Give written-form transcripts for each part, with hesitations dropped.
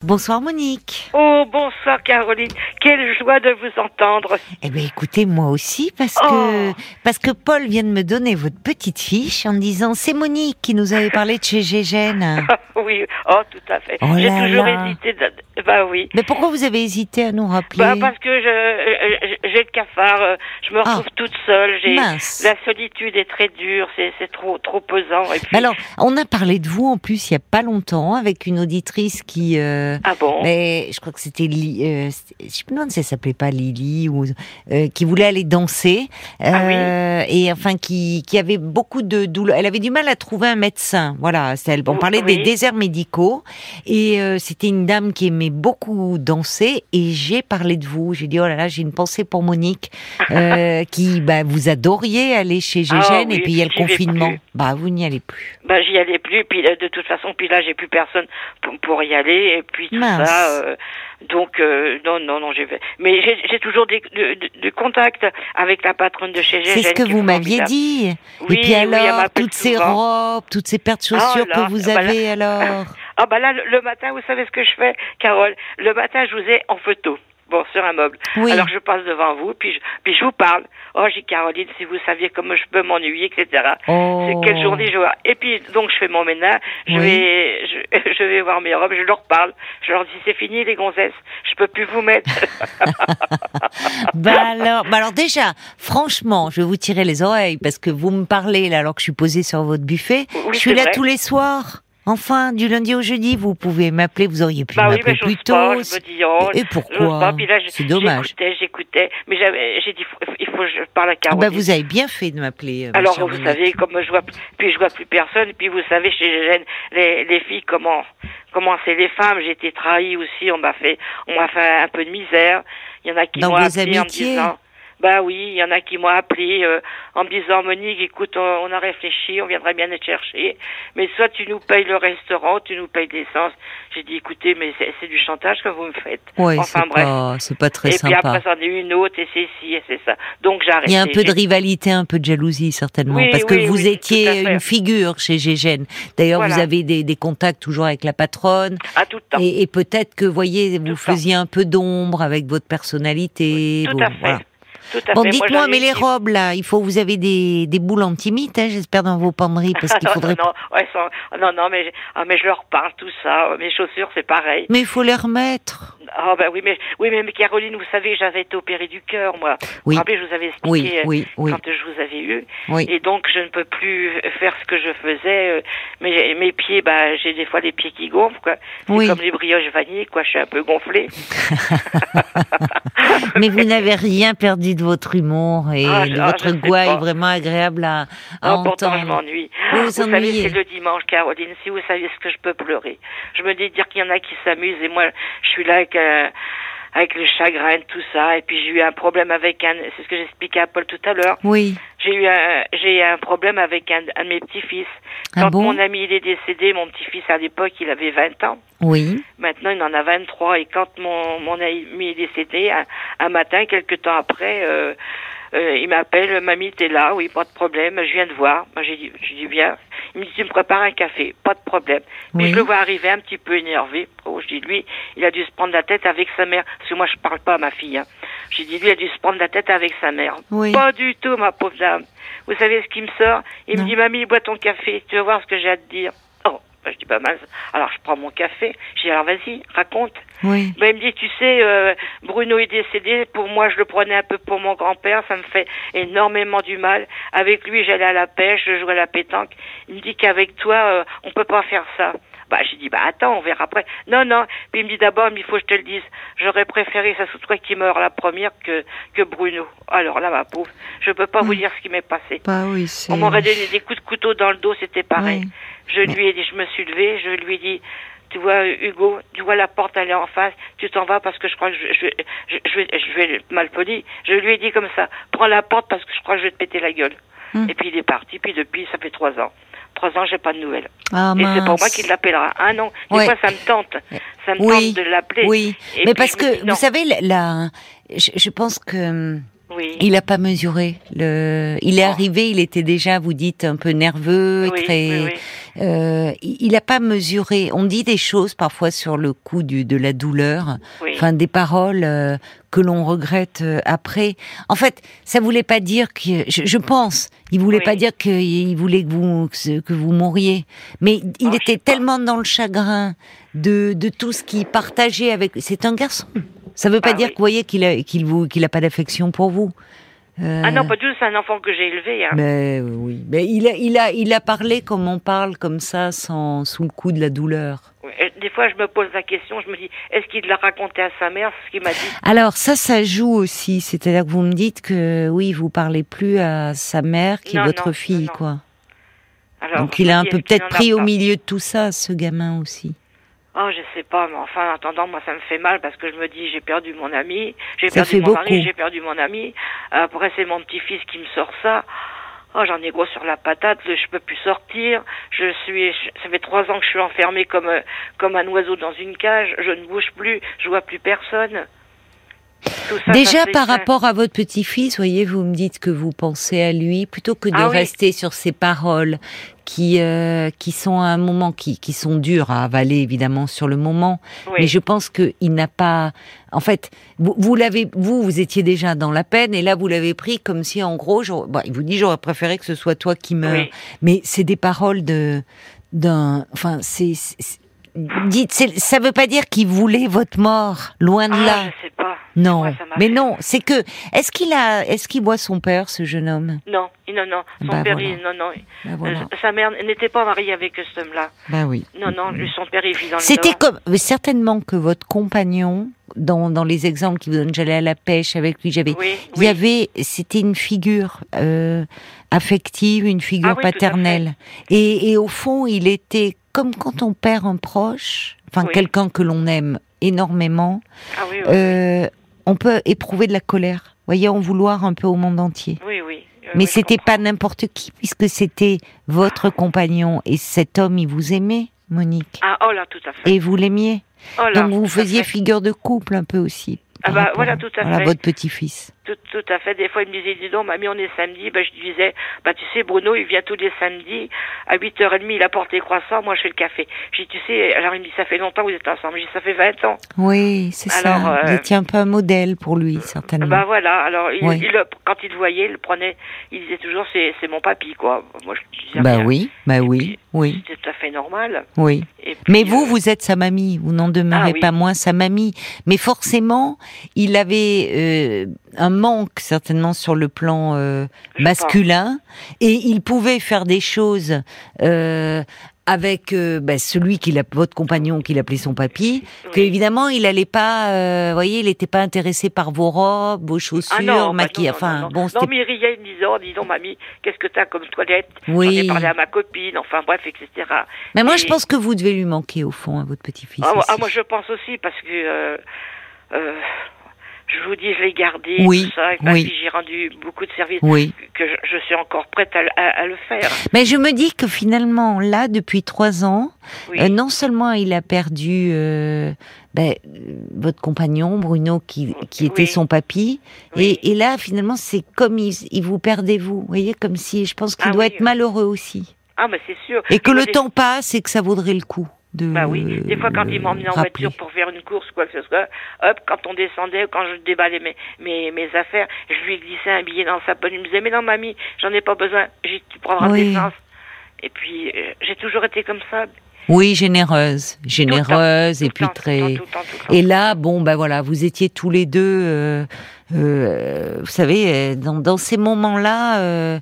Bonsoir Monique. Oh, bonsoir Caroline. Quelle joie de vous entendre. Eh bien écoutez, moi aussi, parce que Paul vient de me donner votre petite fiche en me disant c'est Monique qui nous avait parlé de chez Gégène. Oui, oh tout à fait. Oh J'ai là toujours là. hésité. Bah oui. Mais pourquoi vous avez hésité à nous rappeler? Bah parce que j'ai le cafard, je me retrouve toute seule. Mince. La solitude est très dure, c'est trop pesant. Et puis... Mais alors, on a parlé de vous en plus il y a pas longtemps avec une auditrice qui. Ah bon? Mais je crois que c'était, je sais plus si ça s'appelait pas Lily ou qui voulait aller danser Ah oui. et enfin qui avait beaucoup de douleurs. Elle avait du mal à trouver un médecin. Voilà, on parlait des déserts médicaux et c'était une dame qui aimait beaucoup danser et j'ai parlé de vous. J'ai dit oh là là, j'ai une pensée pour Monique qui vous adoriez aller chez Gégène oui, et puis il y a le j'y vais confinement. plus. Bah vous n'y allez plus. Bah j'y allais plus, puis de toute façon, puis là j'ai plus personne pour y aller, et puis tout Mince. ça. Donc non, mais j'ai toujours du contact avec la patronne de chez Gégène. C'est ce que qui est vous m'aviez formidable. dit. Oui, Et puis oui, elle alors, m'appelle toutes ces souvent. robes, toutes ces paires de chaussures Oh là, que vous bah là- avez alors. Ah bah là, le matin, vous savez ce que je fais, Carole? Le matin, je vous ai en photo. Bon, sur un meuble. Oui. Alors je passe devant vous, puis je vous parle. Oh, j'ai Caroline, si vous saviez comment je peux m'ennuyer, etc. Oh. C'est quelle journée je vois. Et puis donc je fais mon ménage, je vais voir mes robes, je leur parle, je leur dis c'est fini les gonzesses, je peux plus vous mettre. Bah alors déjà, franchement, je vais vous tirer les oreilles parce que vous me parlez là alors que je suis posée sur votre buffet. Oui, Je suis c'est là vrai. tous les soirs. Enfin, du lundi au jeudi, vous pouvez m'appeler. Vous auriez pu Bah oui, m'appeler mais plus j'ose tôt. pas, je me dis, oh, Et j'ose pourquoi pas. Puis là, C'est dommage. j'écoutais, mais j'ai dit, il faut que je parle à Ah Caroline. vous avez bien fait de m'appeler. ma Alors, chère vous Monique. savez, comme je vois plus personne, puis vous savez, chez Gégène, les filles, comment c'est les femmes, j'ai été trahie aussi, on m'a fait un peu de misère. Il y en a qui Dans m'ont vos appelé en me amitiés disant, bah oui, il y en a qui m'ont appelé en me disant, Monique, écoute, on a réfléchi, on viendrait bien te chercher, mais soit tu nous payes le restaurant, tu nous payes l'essence. J'ai dit, écoutez, mais c'est du chantage que vous me faites. Ouais, Enfin bref. c'est pas très Et sympa. puis après, c'en est une autre, et c'est ci, et c'est ça. Donc j'ai arrêté. Il y a un peu de rivalité, un peu de jalousie certainement, Oui, parce que oui, vous oui, tout à étiez fait. une figure chez Gégène. D'ailleurs, Voilà. vous avez des contacts toujours avec la patronne, À tout le temps. et peut-être que, voyez, vous le temps. faisiez un peu d'ombre avec votre personnalité. Tout bon, à fait. voilà. Tout à Bon, fait. dites-moi, Moi, j'en ai mais les dit- robes là, vous avez des boules anti-mites, j'espère dans vos penderies, parce qu'il faudrait. non, mais je leur parle tout ça. Mes chaussures, c'est pareil. Mais il faut les remettre. Ah bah oui, mais Caroline, vous savez, j'avais été opérée du cœur, moi. Oui. Vous vous rappelez, je vous avais expliqué Oui. quand je vous avais eu. Oui. Et donc, je ne peux plus faire ce que je faisais. Mes pieds, j'ai des fois les pieds qui gonflent, quoi. C'est Oui. comme les brioches vanille, quoi. Je suis un peu gonflée. Mais vous n'avez rien perdu de votre humour et de votre je sais gouaille pas. vraiment agréable à Pourtant, je entendre. m'ennuie. Vous Vous savez, ennuyez. c'est le dimanche, Caroline. Si vous saviez ce que je peux pleurer. Je me dis dire qu'il y en a qui s'amusent et moi, je suis là avec le chagrin, tout ça. Et puis, j'ai eu un problème avec c'est ce que j'expliquais à Paul tout à l'heure. Oui. J'ai eu un problème avec un de mes petits-fils. Ah Quand bon mon ami il est décédé, mon petit-fils à l'époque, il avait 20 ans. Oui. Maintenant, il en a 23. Et quand mon ami est décédé, un matin, quelques temps après, il m'appelle, mamie, t'es là? Oui, pas de problème, je viens de voir. Moi, j'ai dit, viens. Il me dit, tu me prépares un café, pas de problème. Puis Oui. je le vois arriver un petit peu énervé. Oh, je dis, lui, il a dû se prendre la tête avec sa mère. Parce que moi, je parle pas à ma fille. Hein. J'ai dit, lui, il a dû se prendre la tête avec sa mère. Oui. Pas du tout, ma pauvre dame. Vous savez ce qui me sort? Il Non. me dit, mamie, bois ton café, tu vas voir ce que j'ai à te dire. Oh, je dis, pas mal. Alors, je prends mon café. Je dis, alors vas-y, raconte. Oui. Ben, il me dit, tu sais, Bruno est décédé. Pour moi, je le prenais un peu pour mon grand-père. Ça me fait énormément du mal. Avec lui, j'allais à la pêche, je jouais à la pétanque. Il me dit qu'avec toi, on peut pas faire ça. J'ai dit, attends, on verra après. Non. Puis il me dit d'abord, il faut que je te le dise. J'aurais préféré, ça soit toi qui meurt la première que Bruno. Alors là, ma pauvre, je peux pas vous dire ce qui m'est passé. Bah oui, c'est. On m'aurait donné des coups de couteau dans le dos, c'était pareil. Oui. Je lui ai dit, je me suis levée, je lui ai dit, tu vois, Hugo, tu vois la porte, elle est en face, tu t'en vas parce que je crois que je vais être mal poli. Je lui ai dit comme ça, prends la porte parce que je crois que je vais te péter la gueule. Et puis il est parti, puis depuis, ça fait 3 ans. 3 ans, j'ai pas de nouvelles. Ah, Et c'est pas moi mince. qui l'appellera. Ah non, des Ouais. fois ça me tente. Ça me Oui. tente de l'appeler. Oui. Et Mais puis parce je me que, dis, vous non. savez, je pense que. Oui. Oui. Il n'a pas mesuré. Il est arrivé, il était déjà, vous dites, un peu nerveux, Oui, très. oui, Il n'a pas mesuré. On dit des choses parfois sur le coup de la douleur, oui. enfin des paroles que l'on regrette après. En fait, ça voulait pas dire que. Je pense, il voulait Oui. pas dire qu'il voulait que vous mouriez, mais il Oh, je était sais pas. tellement dans le chagrin de tout ce qu'il partageait avec. C'est un garçon. Ça veut pas Ah dire oui. que vous voyez qu'il a pas d'affection pour vous. Ah non, pas du tout, c'est un enfant que j'ai élevé. Hein. Mais oui, mais il a parlé comme on parle comme ça, sous le coup de la douleur. Oui, et des fois, je me pose la question, je me dis, est-ce qu'il l'a raconté à sa mère, ce qu'il m'a dit? Alors ça joue aussi. C'est-à-dire que vous me dites que oui, vous parlez plus à sa mère qui est Non, votre non, fille, non. quoi. Alors, Donc je il me a un dis, peu est-ce qu'il peut-être en a pris au pas? milieu de tout ça, ce gamin aussi. Oh, je sais pas, mais enfin, en attendant, moi, ça me fait mal parce que je me dis, j'ai perdu mon ami, j'ai Ça perdu fait mon mari, beaucoup. j'ai perdu mon ami. Après, c'est mon petit-fils qui me sort ça. Oh, j'en ai gros sur la patate, je peux plus sortir. Ça fait 3 ans que je suis enfermée comme un oiseau dans une cage. Je ne bouge plus, je vois plus personne. Tout ça, Déjà ça fait par ça. rapport à votre petit-fils, voyez, vous me dites que vous pensez à lui plutôt que de Ah oui. rester sur ces paroles qui sont à un moment qui sont dures à avaler évidemment sur le moment. Oui. Mais je pense que il n'a pas. En fait, vous étiez déjà dans la peine et là vous l'avez pris comme si en gros, il vous dit j'aurais préféré que ce soit toi qui meure. Oui. Mais c'est des paroles enfin ça veut pas dire qu'il voulait votre mort, loin de là. Je sais pas. Non, Moi, ça m'a mais fait- non, c'est que est-ce qu'il voit son père, ce jeune homme? Non, non. Son Bah, père, voilà. non. Ben voilà. Sa mère n'était pas mariée avec cet homme-là. Ben oui. Non, lui, son père, il vit dans le C'était Nord. comme certainement que votre compagnon, dans les exemples qu'il vous donne, j'allais à la pêche avec lui, Oui, c'était une figure affective, une figure Ah oui, tout à paternelle, et au fond, il était comme quand on perd un proche, enfin Oui. quelqu'un que l'on aime énormément. Ah oui. On peut éprouver de la colère, voyez, en vouloir un peu au monde entier. Oui. Mais oui, je c'était comprends. pas n'importe qui, puisque c'était votre compagnon et cet homme, il vous aimait, Monique, Ah, oh là, tout à fait. et vous l'aimiez. Oh là, Donc vous tout à faisiez fait. figure de couple un peu aussi. Ah par bah, rapport voilà, tout à voilà, fait. votre petit-fils. Tout à fait. Des fois, il me disait, dis donc, mamie, on est samedi. Ben, je lui disais, bah, tu sais, Bruno, il vient tous les samedis. À 8h30, il apporte les croissants. Moi, je fais le café. J'ai dit, tu sais, alors il me dit, ça fait longtemps que vous êtes ensemble. J'ai dit, ça fait 20 ans. Oui, c'est Alors, ça. Vous étiez un peu un modèle pour lui, certainement. Bah voilà, alors Oui. quand il le voyait, il le prenait, il disait toujours c'est mon papy quoi. Moi je disais Bah rien. oui, bah Et oui, puis, oui, c'était tout à fait normal. oui. Et puis, Mais vous êtes sa mamie, vous n'en demeurez Ah oui. pas moins sa mamie. Mais forcément, il avait un manque certainement sur le plan Je masculin, et il pouvait faire des choses avec celui votre compagnon qu'il appelait son papy, que Oui. évidemment il allait pas, voyez, il n'était pas intéressé par vos robes, vos chaussures, Ah non, bah maquillage. Enfin, bon, non, c'était mais il riait, il me disait, oh, dis donc, mamie, qu'est-ce que t'as comme toilette? Oui. J'en ai parlé à ma copine, enfin, bref, etc. Mais moi, Et- je pense que vous devez lui manquer, au fond, à votre petit-fils. aussi. moi, je pense aussi, parce que, je vous dis, je l'ai gardé, Oui, tout ça, avec ma fille, j'ai rendu beaucoup de services, Oui. que je suis encore prête à le faire. Mais je me dis que finalement, là, depuis 3 ans, Oui. non seulement il a perdu votre compagnon, Bruno, qui était Oui. son papy, Oui. et là, finalement, c'est comme il vous perdait vous. Vous voyez, comme si, je pense qu'il Ah doit oui. être malheureux aussi. Ah, mais c'est sûr. Et que Moi, le temps passe et que ça vaudrait le coup de Bah oui, des fois quand il m'emmenait en rappeler. voiture pour faire une course ou quoi que ce soit, hop, quand on descendait, quand je déballais mes affaires, je lui glissais un billet dans sa poche. Il me disait, mais non mamie, j'en ai pas besoin, tu prendras de Oui. l'essence. Et puis, j'ai toujours été comme ça. Oui, généreuse, Tout le temps, et tout puis le temps, très. tout le temps. Et là, voilà, vous étiez tous les deux, vous savez, dans ces moments-là,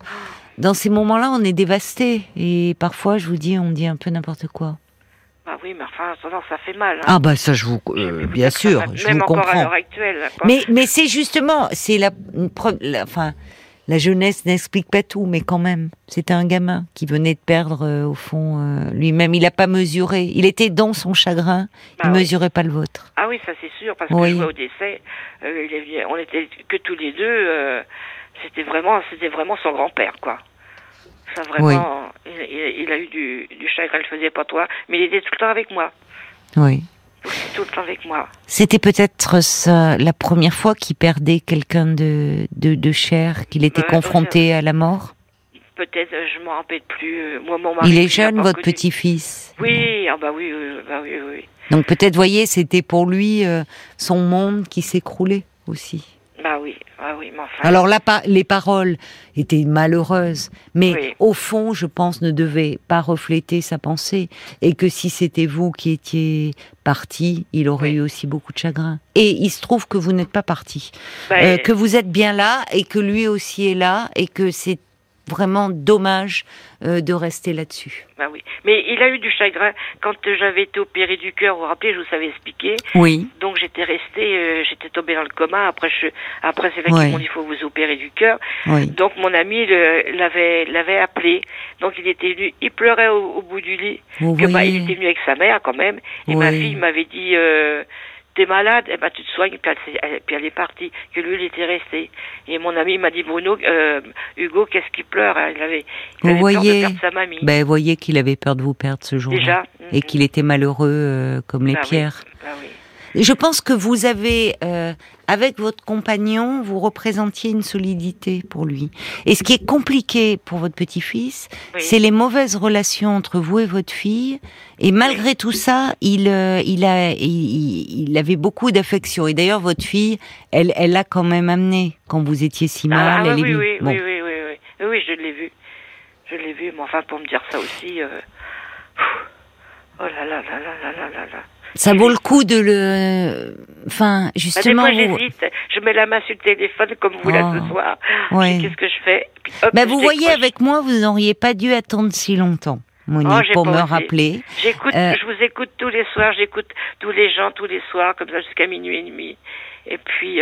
on est dévastés. Et parfois, je vous dis, on dit un peu n'importe quoi. Ah oui, mais enfin, ça fait mal. Hein. Ah bah ça, Je peux vous bien dire que sûr, ça m'a- je même vous encore à comprends. l'heure actuelle. Quoi. Mais c'est justement, c'est une preuve, la jeunesse n'explique pas tout, mais quand même, c'était un gamin qui venait de perdre, au fond, lui-même. Il n'a pas mesuré. Il était dans son chagrin. Il oui. mesurait pas le vôtre. Ah oui, ça c'est sûr, parce que Oui. je vois au décès, on était que tous les deux, c'était vraiment son grand-père, quoi. Ça vraiment, il a eu du chagrin, il le faisait pas toi, mais il était tout le temps avec moi. Oui. tout le temps avec moi. C'était peut-être la première fois qu'il perdait quelqu'un de cher, qu'il était confronté à la mort. Peut-être, je m'en rappelle plus. Moi, mon mari, il est jeune, votre petit-fils. Oui, oui. Donc peut-être, voyez, c'était pour lui son monde qui s'écroulait aussi. Oui, mais enfin... Alors les paroles étaient malheureuses, mais au fond, je pense, ne devaient pas refléter sa pensée, et que si c'était vous qui étiez parti, il aurait eu aussi beaucoup de chagrin. Et il se trouve que vous n'êtes pas parti, que vous êtes bien là, et que lui aussi est là, et que c'est vraiment dommage de rester là-dessus. Oui, mais il a eu du chagrin quand j'avais été opérée du cœur. Vous vous rappelez, je vous avais expliqué. Oui. Donc j'étais restée, j'étais tombée dans le coma. Après c'est là qu'ils m'ont dit il faut vous opérer du cœur. Oui. Donc mon ami l'avait appelé. Donc il était venu, il pleurait au bout du lit. Il était venu avec sa mère quand même. Et ma fille m'avait dit t'es malade, tu te soignes, puis elle est partie, que lui, il était resté. Et mon ami m'a dit, Bruno, Hugo, qu'est-ce qu'il pleure? Il avait peur de perdre sa mamie. Vous voyez qu'il avait peur de vous perdre ce jour-là. Déjà. Et qu'il était malheureux comme les pierres. Oui. Je pense que vous avez, avec votre compagnon, vous représentiez une solidité pour lui. Et ce qui est compliqué pour votre petit-fils, c'est les mauvaises relations entre vous et votre fille. Et malgré tout ça, il avait beaucoup d'affection. Et d'ailleurs, votre fille, elle l'a quand même amené quand vous étiez si mal. Oui, je l'ai vu. Mais enfin, pour me dire ça aussi, oh là là là là là là là. Ça vaut le coup de le... Enfin, justement... Des fois, j'hésite. Je mets la main sur le téléphone comme vous là ce soir. Qu'est-ce que je fais? Puis, hop, vous voyez, avec moi, vous n'auriez pas dû attendre si longtemps, Monique, pour me rappeler. Je vous écoute tous les soirs, j'écoute tous les gens tous les soirs, comme ça, jusqu'à minuit et demi. Et puis,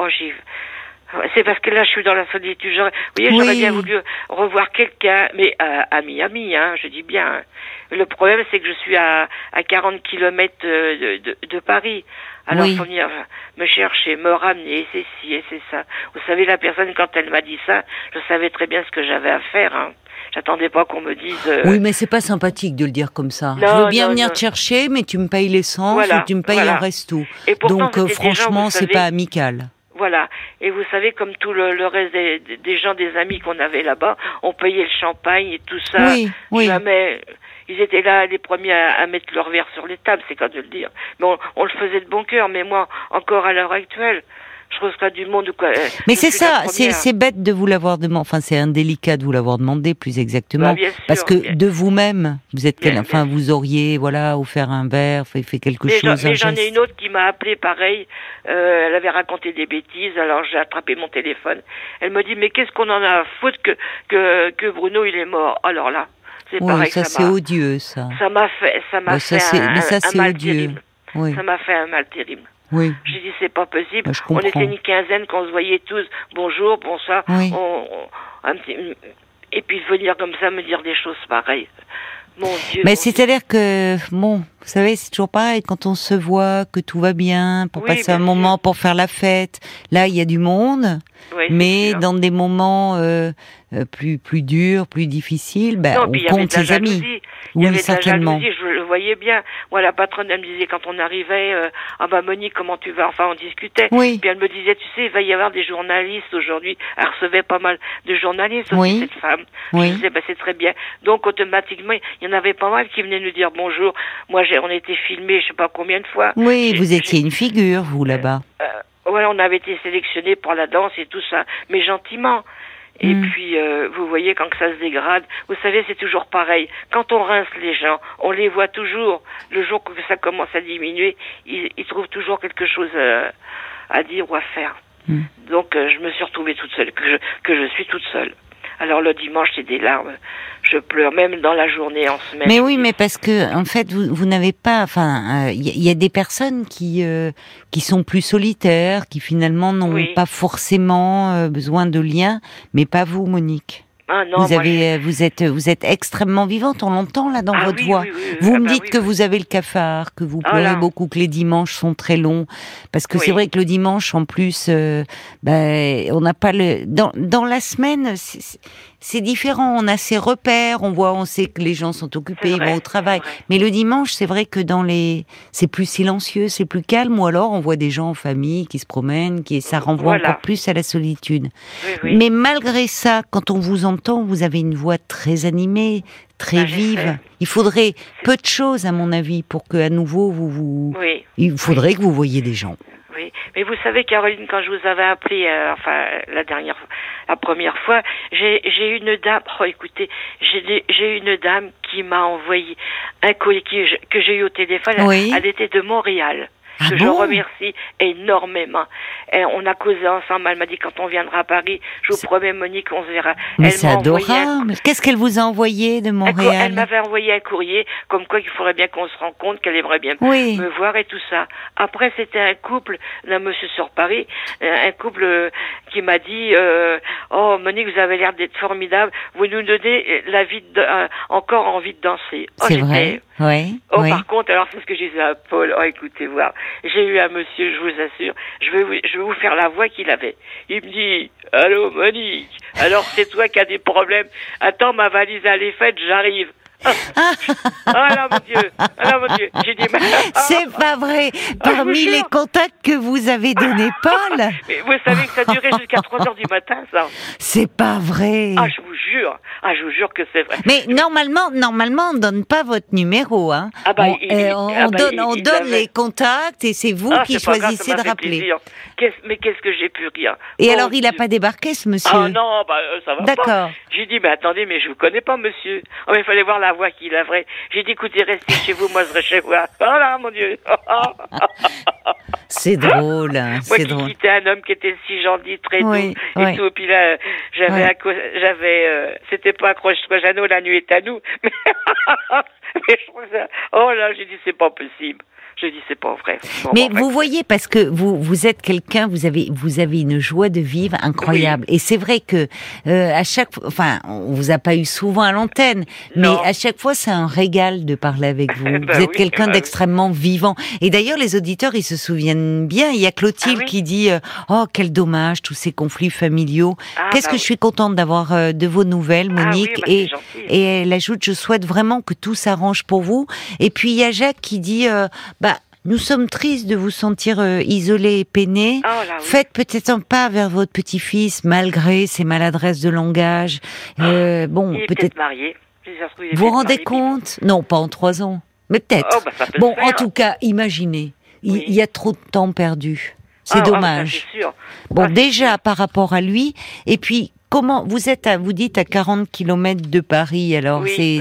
c'est parce que là, je suis dans la solitude. J'aurais bien voulu revoir quelqu'un, mais ami, je dis bien. Hein. Le problème, c'est que je suis à 40 kilomètres de Paris. Alors, il faut venir me chercher, me ramener, c'est ci et c'est ça. Vous savez, la personne, quand elle m'a dit ça, je savais très bien ce que j'avais à faire. Hein. J'attendais pas qu'on me dise... Oui, mais c'est pas sympathique de le dire comme ça. Je veux bien venir te chercher, mais tu me payes l'essence ou tu me payes un resto. Et pourtant, donc, franchement, c'est pas amical. Voilà. Et vous savez, comme tout le reste des gens, des amis qu'on avait là-bas, on payait le champagne et tout ça. Oui. Jamais... Ils étaient là les premiers à mettre leur verre sur les tables, c'est qu'à de le dire. Mais on le faisait de bon cœur. Mais moi, encore à l'heure actuelle, je reçois du monde ou quoi. Mais c'est ça, c'est bête de vous l'avoir demandé. Enfin, c'est indélicat de vous l'avoir demandé, plus exactement, parce que de vous-même, vous êtes vous auriez offert un verre, fait quelque chose. Mais j'en ai une autre qui m'a appelé pareil. Elle avait raconté des bêtises. Alors j'ai attrapé mon téléphone. Elle me dit mais qu'est-ce qu'on en a à foutre que Bruno il est mort. Alors là. C'est pareil, ça c'est odieux, ça. Ça m'a fait un mal terrible. Oui. Ça m'a fait un mal terrible. Oui. J'ai dit c'est pas possible. On était une quinzaine, qu'on se voyait tous. Bonjour, bonsoir. Oui. Et puis venir comme ça me dire des choses pareilles. Mon Dieu. Mais c'est-à-dire que vous savez, c'est toujours pareil quand on se voit, que tout va bien, pour passer un moment, pour faire la fête. Là, il y a du monde, mais dans des moments plus durs, plus difficiles, on compte ses amis. Oui, certainement. Je le voyais bien. Moi, la patronne, elle me disait quand on arrivait, Monique, comment tu vas? Enfin, on discutait. Oui. Puis elle me disait, tu sais, il va y avoir des journalistes aujourd'hui. Elle recevait pas mal de journalistes aussi, cette femme. Je disais, c'est très bien. Donc, automatiquement, il y en avait pas mal qui venaient nous dire bonjour. Moi, on était filmés, je sais pas combien de fois. Oui, vous étiez une figure, vous, là-bas. On avait été sélectionnés pour la danse et tout ça, mais gentiment. Et puis, vous voyez, quand ça se dégrade, vous savez, c'est toujours pareil. Quand on rince les gens, on les voit toujours. Le jour que ça commence à diminuer, ils trouvent toujours quelque chose à dire ou à faire. Donc, je me suis retrouvée toute seule, que je suis toute seule. Alors, le dimanche, c'est des larmes. Je pleure, même dans la journée, en semaine. Mais oui, mais parce que, en fait, vous n'avez pas, y a des personnes qui sont plus solitaires, qui finalement n'ont pas forcément besoin de liens, mais pas vous, Monique. Ah non, vous êtes extrêmement vivante, on l'entend là dans votre voix. Vous me dites que vous avez le cafard, que vous pleurez beaucoup, que les dimanches sont très longs, parce que c'est vrai que le dimanche en plus, on n'a pas le dans la semaine. c'est différent. On a ses repères, on sait que les gens sont occupés, ils vont au travail. Mais le dimanche, c'est vrai que c'est plus silencieux, c'est plus calme, ou alors on voit des gens en famille qui se promènent, ça renvoie encore plus à la solitude. Oui. Mais malgré ça, quand on vous entend, vous avez une voix très animée, très vive. Il faudrait peu de choses, à mon avis, pour que à nouveau il faudrait que vous voyiez des gens. Oui, mais vous savez, Caroline, quand je vous avais appelé, la première fois, j'ai une dame. Oh, écoutez, j'ai une dame qui m'a envoyé un colis que j'ai eu au téléphone. Elle était de Montréal. Que je remercie énormément. Et on a causé ensemble. Elle m'a dit quand on viendra à Paris, je vous promets, Monique, on se verra. Mais c'est adorable. Qu'est-ce qu'elle vous a envoyé de Montréal? Elle m'avait envoyé un courrier, comme quoi il faudrait bien qu'on se rencontre, qu'elle aimerait bien me voir et tout ça. Après, c'était un couple d'un monsieur sur Paris, un couple qui m'a dit oh, Monique, vous avez l'air d'être formidable. Vous nous donnez encore envie de danser. C'est vrai. Oui. Par contre, alors c'est ce que je disais à Paul. Oh, écoutez, voir. J'ai eu un monsieur, je vous assure, je vais vous faire la voix qu'il avait. Il me dit, allô Monique, alors c'est toi qui as des problèmes. Attends, ma valise elle est faite, j'arrive. Ah là, mon Dieu. J'ai dit, c'est pas vrai. Parmi les contacts que vous avez donnés, Paul. Mais vous savez que ça durait jusqu'à 3h du matin, ça. C'est pas vrai. Ah, je vous jure que c'est vrai. Mais normalement, on donne pas votre numéro, hein. On donne les contacts et c'est vous qui choisissez de rappeler. Mais qu'est-ce que j'ai pu rire. Et alors, il a pas débarqué, ce monsieur? Ah non, ça va pas. D'accord. J'ai dit, mais attendez, mais je vous connais pas, monsieur. Oh, mais il fallait voir la voix qu'il avait. J'ai dit, écoutez, restez chez vous, moi je serai chez vous. Oh là, mon Dieu. C'est drôle. Moi qui quittais un homme qui était si gentil, très doux et tout. Puis là, c'était pas accroche-toi, Jeannot, la nuit est à nous. Mais je trouve ça. Oh là, j'ai dit, c'est pas possible. Je dis c'est pas vrai. Mais vous voyez, parce que vous êtes quelqu'un, vous avez une joie de vivre incroyable. Et c'est vrai que à chaque fois, enfin, on vous a pas eu souvent à l'antenne, mais à chaque fois c'est un régal de parler avec vous. Vous êtes quelqu'un d'extrêmement vivant. Et d'ailleurs les auditeurs, ils se souviennent bien. Il y a Clotilde qui dit oh quel dommage tous ces conflits familiaux. Qu'est-ce que je suis contente d'avoir de vos nouvelles, Monique. Et elle ajoute, je souhaite vraiment que tout s'arrange pour vous. Et puis il y a Jacques qui dit nous sommes tristes de vous sentir isolé et peiné. Faites peut-être un pas vers votre petit-fils, malgré ses maladresses de langage. Il est peut-être marié. Vous vous rendez compte? Non, pas en 3 ans. Mais peut-être. En tout cas, imaginez. Il y a trop de temps perdu. C'est dommage. C'est sûr. Déjà, par rapport à lui, et puis, comment vous dites à 40 km de Paris, alors c'est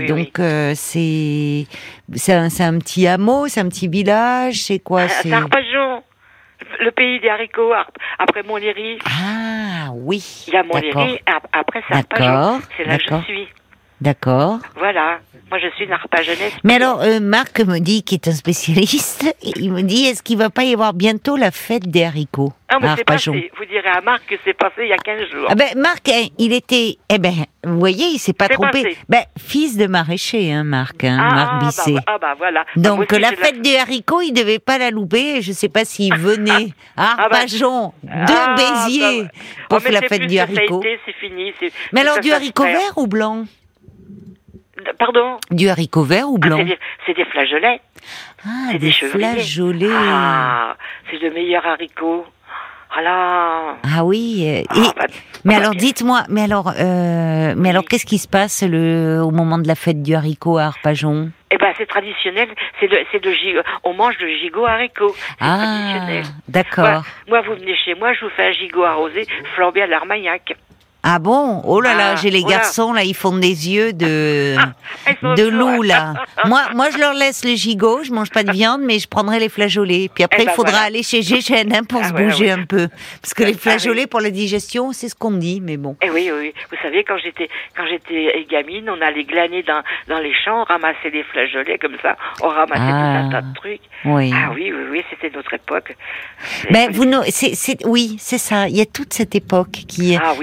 un petit hameau, c'est un petit village, c'est quoi? C'est Arpajon, le pays des haricots, après Montlhéry. Ah oui. Il y a Montlhéry, après c'est Arpajon, c'est là que je suis. D'accord. Voilà. Moi, je suis une arpajonnaise. Mais alors, Marc me dit, qui est un spécialiste, il me dit, est-ce qu'il va pas y avoir bientôt la fête des haricots à Arpajon? Vous direz à Marc que c'est passé il y a 15 jours. Marc, il était, vous voyez, il s'est pas trompé. Fils de maraîcher, Marc, Marc Bisset. Voilà. Donc, la fête des haricots, il devait pas la louper. Je sais pas s'il venait à Arpajon, de Béziers, pour faire la fête du haricot. C'est fini. Mais alors, du haricot vert ou blanc? Pardon? Du haricot vert ou blanc? C'est des flageolets. C'est des flageolets. C'est le meilleur haricot. Voilà. Ah oui. Mais alors, dites-moi, qu'est-ce qui se passe au moment de la fête du haricot à Arpajon? C'est traditionnel. On mange le gigot haricot. C'est traditionnel. D'accord. Moi, vous venez chez moi, je vous fais un gigot arrosé, flambé à l'armagnac. Ah bon? Oh là là, j'ai les garçons, là, ils font des yeux de loup, là. Moi, je leur laisse le gigot, je mange pas de viande, mais je prendrai les flageolets. Puis après, il faudra aller chez Gégène pour se bouger un peu. Parce que les flageolets, pour la digestion, c'est ce qu'on me dit, mais bon. Oui. Vous savez, quand j'étais gamine, on allait glaner dans les champs, on ramassait des flageolets comme ça, on ramassait tout un tas de trucs. Oui. Ah oui, c'était notre époque. Oui, c'est ça. Il y a toute cette époque qui, vous dites,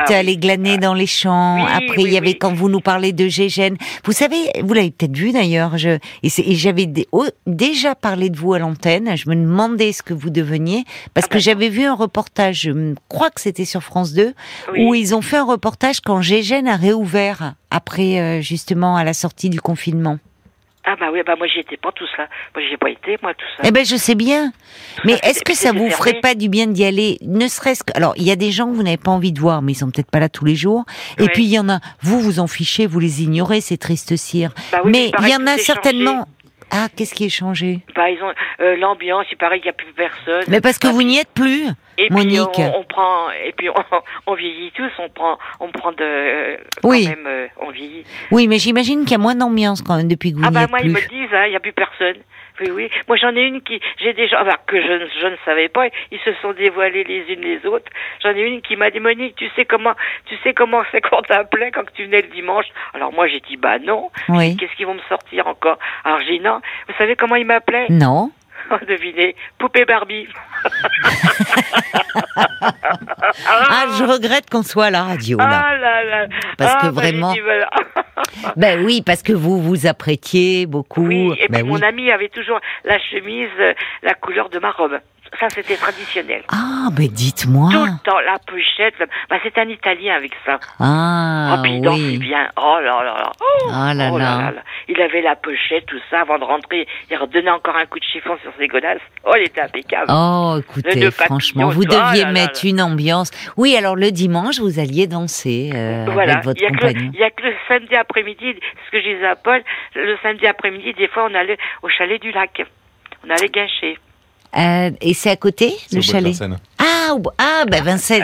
Ah allé glaner dans les champs. Oui, Après, il y avait quand vous nous parlez de Gégène. Vous savez, vous l'avez peut-être vu d'ailleurs. Et j'avais déjà parlé de vous à l'antenne. Je me demandais ce que vous deveniez parce que j'avais vu un reportage. Je crois que c'était sur France 2 où ils ont fait un reportage quand Gégène a réouvert après justement à la sortie du confinement. Ah bah oui, moi j'y étais pas tout ça. Moi j'y ai pas été, moi tout ça. Eh ben je sais bien. Mais est-ce que ça vous ferait pas du bien d'y aller, ne serait-ce que... Alors, il y a des gens que vous n'avez pas envie de voir, mais ils sont peut-être pas là tous les jours. Et puis il y en a, vous en fichez, vous les ignorez, ces tristes cires. Mais il y en a certainement... Ah, qu'est-ce qui est changé? Ils ont l'ambiance, il paraît qu'il n'y a plus personne. Mais parce que vous n'y êtes plus, et Monique. Puis on prend, et puis on vieillit tous, on prend de... Oui. Quand même, on vieillit. Oui, mais j'imagine qu'il y a moins d'ambiance quand même depuis que vous n'y êtes moi, plus. ils me le disent, il n'y a plus personne. Oui. Moi, j'en ai une j'ai des gens, que je ne savais pas, ils se sont dévoilés les unes les autres. J'en ai une qui m'a dit, Monique, tu sais comment c'est qu'on t'appelait quand tu venais le dimanche? Alors moi, j'ai dit, non. Oui. Qu'est-ce qu'ils vont me sortir encore? Alors j'ai dit, non. Vous savez comment ils m'appelaient? Non. Devinez, Poupée Barbie. Je regrette qu'on soit à la radio, là. Là. Parce que vraiment... Ben oui, parce que vous vous apprêtiez beaucoup. Oui, et puis mon ami avait toujours la chemise, la couleur de ma robe. Ça, c'était traditionnel. Ah, ben dites-moi. Tout le temps, la pochette. C'est un Italien avec ça. Ah, puis il dansait bien. Oh là là. Oh là là. Il avait la pochette, tout ça, avant de rentrer. Il redonnait encore un coup de chiffon sur ses godasses. Oh, il était impeccable. Oh, écoutez, franchement, vous deviez mettre une ambiance. Oui, alors le dimanche, vous alliez danser avec votre compagnon. Il y a que le samedi après-midi, ce que je disais à Paul, le samedi après-midi, des fois, on allait au chalet du lac. On allait gâcher. Et c'est à côté, le chalet? Vincennes,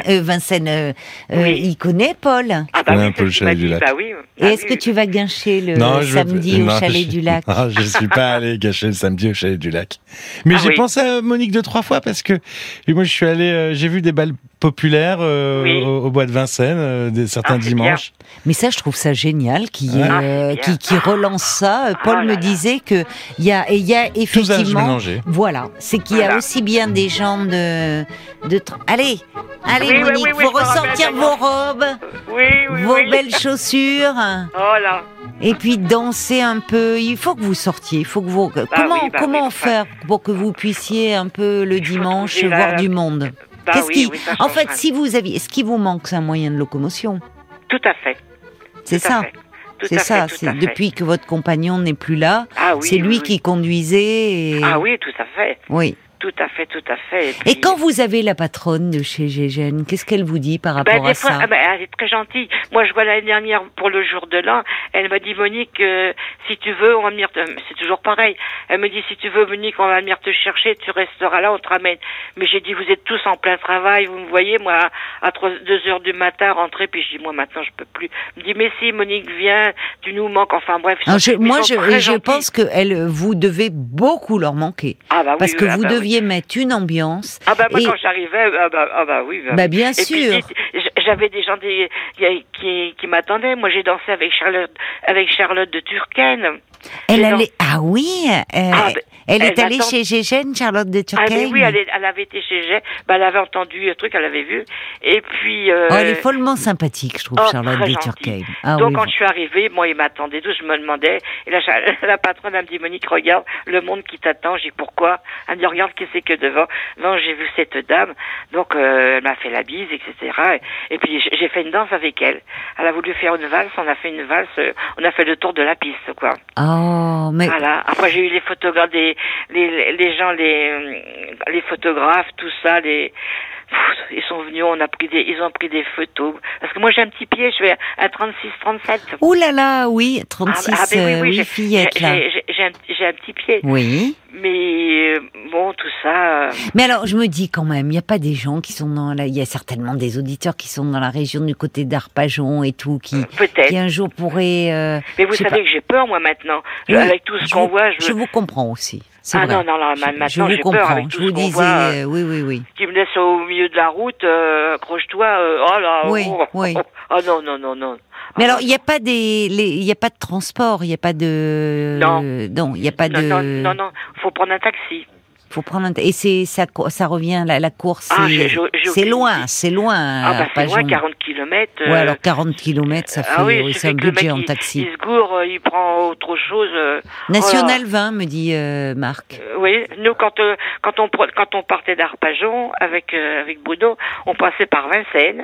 il connaît Paul. Un peu le chalet du lac. Et est-ce que tu vas gâcher le samedi au chalet du lac? Non, je ne suis pas allé gâcher le samedi au chalet du lac. Mais j'ai pensé à Monique 2-3 fois parce que moi je suis allé, j'ai vu des balles populaires au bois de Vincennes, certains dimanches. Mais ça, je trouve ça génial qui relance ça. Paul me disait que il y a effectivement, voilà, c'est qu'il y a aussi bien des gens de allez Monique, faut ressortir vos robes, vos belles chaussures. Oh là. Et puis danser un peu. Il faut que vous sortiez. Il faut que vous. Comment faire pour que vous puissiez un peu le dimanche voir du monde? En fait, ce qui vous manque, c'est un moyen de locomotion. Tout à fait. C'est ça. C'est ça. Depuis que votre compagnon n'est plus là, c'est lui qui conduisait. Ah oui, tout à fait. Oui. Tout à fait. Et quand vous avez la patronne de chez Gégène, qu'est-ce qu'elle vous dit par rapport à ça? Elle est très gentille. Moi, je vois l'année dernière, pour le jour de l'an, elle m'a dit, Monique, si tu veux, on va venir c'est toujours pareil. Elle me dit, si tu veux, Monique, on va venir te chercher, tu resteras là, on te ramène. Mais j'ai dit, vous êtes tous en plein travail, vous me voyez, moi, à 2 heures du matin, rentrer, puis je dis, moi, maintenant, je peux plus. Elle me dit, mais si, Monique, viens, tu nous manques, enfin, bref. Je pense que vous devez beaucoup leur manquer. Parce que vous deviez mettre une ambiance. Moi, quand j'arrivais, oui. Bien sûr. Puis, j'avais des gens qui m'attendaient. Moi, j'ai dansé avec Charlotte de Turckheim. Elle est allée chez Gégène, Charlotte de Turckheim. Oui, elle avait été chez Gégène. Elle avait entendu un truc, elle avait vu. Et puis. elle est follement sympathique, je trouve, Charlotte de Turckheim. Donc, quand je suis arrivée, moi, ils m'attendaient tous, je me demandais. Et là, la patronne, elle me dit, Monique, regarde le monde qui t'attend. J'ai dit, pourquoi? Elle me dit, regarde qui c'est que devant. Non, j'ai vu cette dame. Donc, elle m'a fait la bise, etc. Et puis, j'ai fait une danse avec elle. Elle a voulu faire une valse. On a fait une valse. On a fait le tour de la piste, quoi. Oh, mais... Voilà. Après, j'ai eu les photographes, les gens, les photographes, tout ça, ils sont venus, ils ont pris des photos. Parce que moi, j'ai un petit pied, je fais un 36-37. Ouh là là, oui, 36, oui, fillette, là. J'ai un petit pied. Oui. Mais, bon, tout ça... Mais alors, je me dis quand même, il n'y a pas des gens qui sont il y a certainement des auditeurs qui sont dans la région du côté d'Arpajon et tout, qui un jour pourraient... mais vous savez que j'ai peur, moi, maintenant. Avec tout ce qu'on voit, je vous comprends aussi. C'est vrai. Non, maintenant, je vous comprends. Peur avec tout je vous disais, oui. Tu me laisses au milieu de la route, accroche-toi, oh là, oui. Oh non. Mais alors, il n'y a pas de transport, il n'y a pas de... Non. Il n'y a pas de... Non, faut prendre un taxi. Faut prendre et ça revient la course, c'est loin. C'est loin, 40 km. Ouais, alors 40 km, ça fait c'est un budget en taxi. Il se gourre, il prend autre chose. National 20, me dit Marc. Oui, nous quand on partait d'Arpajon avec Bruno, on passait par Vincennes,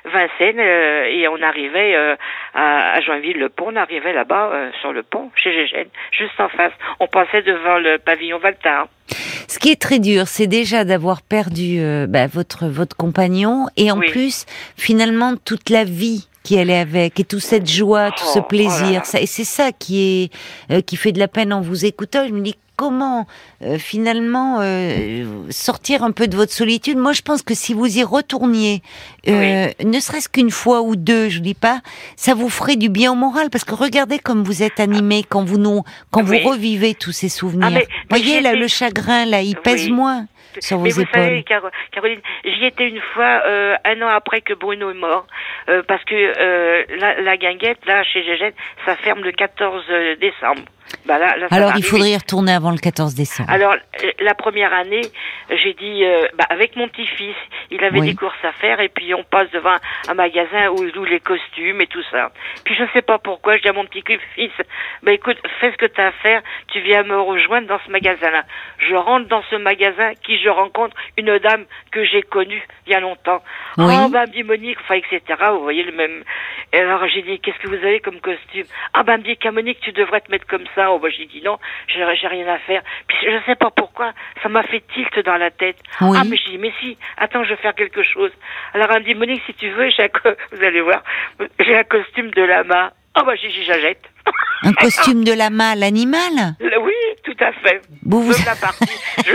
et on arrivait à Joinville-le-Pont, on arrivait là-bas sur le pont chez Gégène, juste en face. On passait devant le pavillon Valtin. Ce qui est très dur, c'est déjà d'avoir perdu votre compagnon et en plus finalement toute la vie qui allait avec et toute cette joie, tout ce plaisir. Et c'est ça qui fait de la peine en vous écoutant. Je me dis comment finalement sortir un peu de votre solitude. Moi, je pense que si vous y retourniez, ne serait-ce qu'une fois ou deux, je dis pas, ça vous ferait du bien au moral, parce que regardez comme vous êtes animé quand vous revivez tous ces souvenirs. Voyez là, le chagrin là, il pèse moins sur vos épaules. Mais vous savez, Caroline, j'y étais une fois, 1 an après que Bruno est mort, parce que la guinguette là chez Gégène, ça ferme le 14 décembre. Là, alors il faudrait y retourner avant le 14 décembre. Alors la première année, j'ai dit avec mon petit-fils, il avait des courses à faire et puis on passe devant un magasin où il loue les costumes et tout ça. Puis je sais pas pourquoi, je dis à mon petit-fils, écoute, fais ce que tu as à faire, tu viens me rejoindre dans ce magasin-là. Je rentre dans ce magasin, je rencontre une dame que j'ai connue il y a longtemps. Oui. Me dit Monique, etc. Vous voyez le même. Et alors j'ai dit, qu'est-ce que vous avez comme costume? Me dit Monique, tu devrais te mettre comme ça. J'ai dit non, j'ai rien à faire. Puis je sais pas pourquoi, ça m'a fait tilt dans la tête. Oui. Mais je dis, mais si, attends, je vais faire quelque chose. Alors elle me dit, Monique, si tu veux, vous allez voir, j'ai un costume de lama. J'ai dit, j'achète. Un costume de lama, l'animal? Oui, tout à fait. La partie.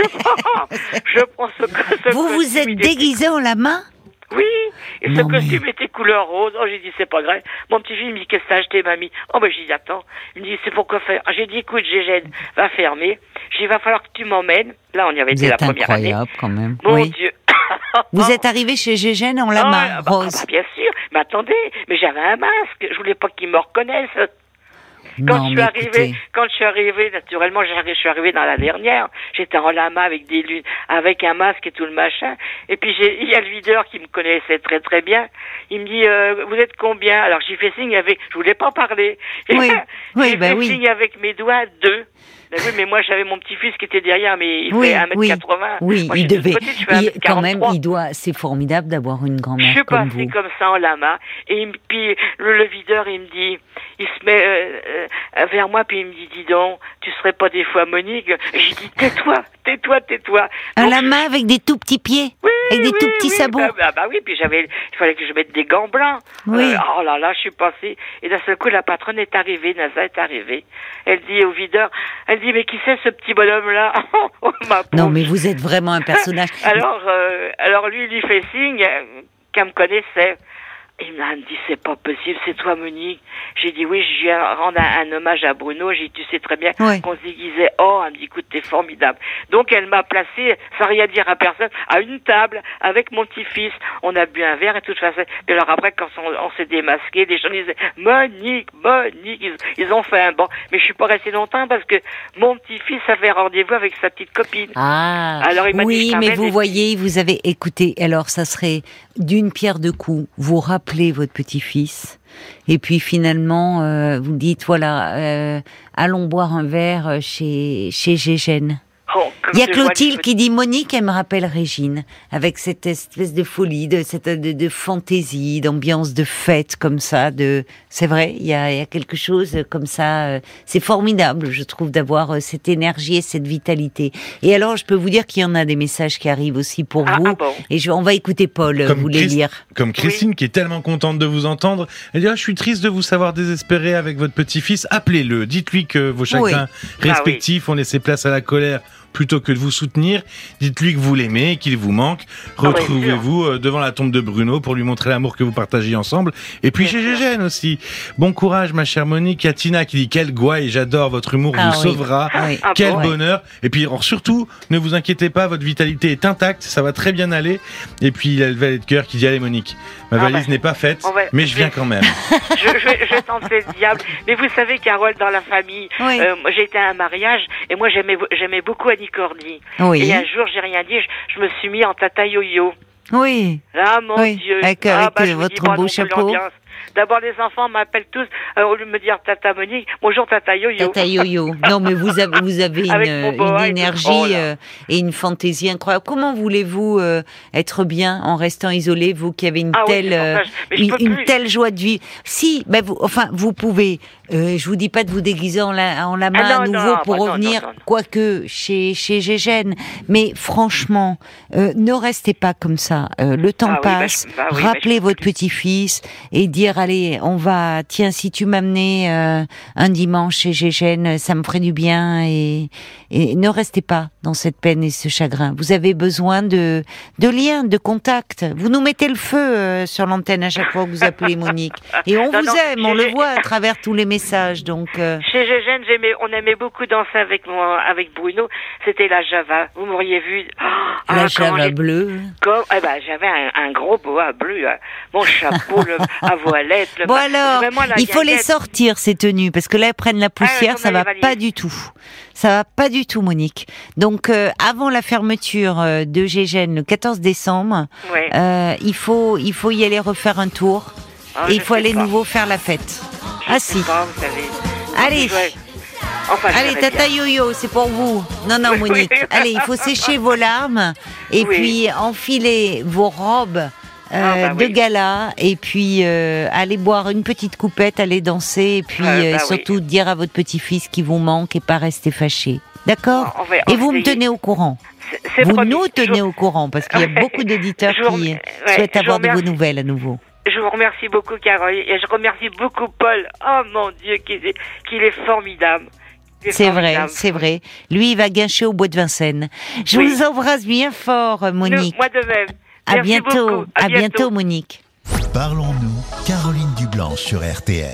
Je prends ce costume. Vous êtes déguisé en lama? Oui, et ce costume était couleur rose. J'ai dit, c'est pas grave. Mon petit-fils me dit, qu'est-ce que t'as acheté, mamie? J'ai dit, attends. Il me dit, c'est pour quoi faire? J'ai dit, écoute, Gégène va fermer. J'ai dit, il va falloir que tu m'emmènes. Là, on y avait été la première année. Vous êtes incroyable, quand même. Mon Dieu. Vous êtes arrivé chez Gégène en lama rose? Bien sûr. Mais attendez, mais j'avais un masque. Je voulais pas qu'ils me reconnaissent. Quand je suis arrivée, naturellement, je suis arrivée dans la dernière. J'étais en lama avec des lunettes, avec un masque et tout le machin. Et puis il y a le videur qui me connaissait très très bien. Il me dit, vous êtes combien? Alors j'ai fait signe je voulais pas parler. J'ai fait signe avec mes doigts 2. Oui, mais moi j'avais mon petit-fils qui était derrière, mais il fait 1m80. Oui, moi, il devait. Quand même, c'est formidable d'avoir une grand-mère comme vous. Je suis passée comme ça en lama, et puis le videur, il me dit, il se met vers moi, puis il me dit, dis donc, tu serais pas des fois Monique? J'ai dit, tais-toi. Un lama avec des tout petits pieds, avec des tout petits sabots. Oui, puis il fallait que je mette des gants blancs. Oui. Oh là là, je suis passée, et d'un seul coup, la patronne est arrivée, Nasa est arrivée. Elle dit au videur, elle dit, mais qui c'est ce petit bonhomme-là? Non, mais vous êtes vraiment un personnage. Alors lui, il lui fait signe qu'elle me connaissait. Il me dit, c'est pas possible, c'est toi, Monique. J'ai dit, oui, je viens rendre un hommage à Bruno. J'ai dit, tu sais très bien qu'on se déguisait. Elle me dit, écoute, t'es formidable. Donc, elle m'a placé, sans rien dire à personne, à une table, avec mon petit-fils. On a bu un verre et tout ça. Et alors après, quand on s'est démasqué, les gens disaient, Monique, ils ont fait un banc. Mais je suis pas restée longtemps parce que mon petit-fils avait rendez-vous avec sa petite copine. Alors, il m'a dit, mais vous voyez, vous avez écouté. Alors, ça serait d'une pierre deux coups. Vous rappelez votre petit-fils et puis finalement vous dites voilà allons boire un verre chez Gégène. Il y a Clotilde qui dit Monique, elle me rappelle Régine, avec cette espèce de folie, de fantaisie, d'ambiance de fête comme ça. C'est vrai, il y a quelque chose comme ça. C'est formidable, je trouve, d'avoir cette énergie et cette vitalité. Et alors, je peux vous dire qu'il y en a des messages qui arrivent aussi pour vous. Bon. Et on va écouter Paul, vous les lire. Comme Christine, qui est tellement contente de vous entendre. Elle dit, je suis triste de vous savoir désespéré avec votre petit-fils. Appelez-le, dites-lui que vos chagrins respectifs ont laissé place à la colère plutôt que de vous soutenir. Dites-lui que vous l'aimez, qu'il vous manque. Retrouvez-vous devant la tombe de Bruno pour lui montrer l'amour que vous partagez ensemble. Et puis chez Gégène aussi. Bon courage, ma chère Monique. Il y a Tina qui dit, quel gouaille, j'adore votre humour, vous sauvera. Quel bonheur. Et puis surtout, ne vous inquiétez pas, votre vitalité est intacte, ça va très bien aller. Et puis il y a le valet de cœur qui dit, allez Monique, ma valise n'est pas faite, mais je viens quand même. je tentais le diable. Mais vous savez, Carole, dans la famille, j'ai été à un mariage et moi j'aimais beaucoup Monique Cordy. Oui. Et un jour, j'ai rien dit, je me suis mis en tata yo-yo. Oui. Ah, mon Dieu. Avec votre beau chapeau. D'abord, les enfants m'appellent tous, au lieu de me dire Tata Monique, bonjour Tata Yo-Yo. Tata Yo-Yo. Non, mais vous avez une énergie et une fantaisie incroyable. Comment voulez-vous être bien en restant isolé, vous qui avez une telle joie de vivre? Si, ben vous pouvez. Je vous dis pas de vous déguiser en lama à nouveau pour revenir, quoique chez Gégène. Mais franchement, ne restez pas comme ça. Le temps passe. Rappelez votre petit-fils et dire allez, on va. Tiens, si tu m'amenais un dimanche chez Gégène, ça me ferait du bien. Et ne restez pas dans cette peine et ce chagrin. Vous avez besoin de liens, de contacts. Vous nous mettez le feu sur l'antenne à chaque fois que vous appelez Monique. Et on vous aime, on le voit à travers tous les messages. Donc chez Gégène, on aimait beaucoup danser avec Bruno. C'était la Java. Vous m'auriez vu. La Java bleue. J'avais un gros boa bleu, mon chapeau à voilette. Bon alors, il faut les sortir ces tenues parce que là elles prennent la poussière, ça va pas du tout. Ça va pas du tout, Monique. Donc avant la fermeture de Gégène le 14 décembre, il faut y aller refaire un tour et il faut aller nouveau faire la fête. Si. Pas, vous savez. Allez. Allez, Tata Yo-Yo, c'est pour vous. Non, Monique. Allez, il faut sécher vos larmes et puis enfiler vos robes de gala et puis aller boire une petite coupette, aller danser et puis surtout dire à votre petit-fils qu'il vous manque et pas rester fâché. D'accord ? Et vous me tenez au courant. Vous nous tenez au courant parce qu'il y a beaucoup d'auditeurs qui souhaitent avoir de vos nouvelles à nouveau. Je vous remercie beaucoup, Carole, et je remercie beaucoup Paul. Oh mon Dieu, qu'il est formidable. C'est vrai. Lui, il va gâcher au bois de Vincennes. Je vous embrasse bien fort, Monique. Moi de même. À bientôt, Monique. Parlons-nous, Caroline Dublanche sur RTL.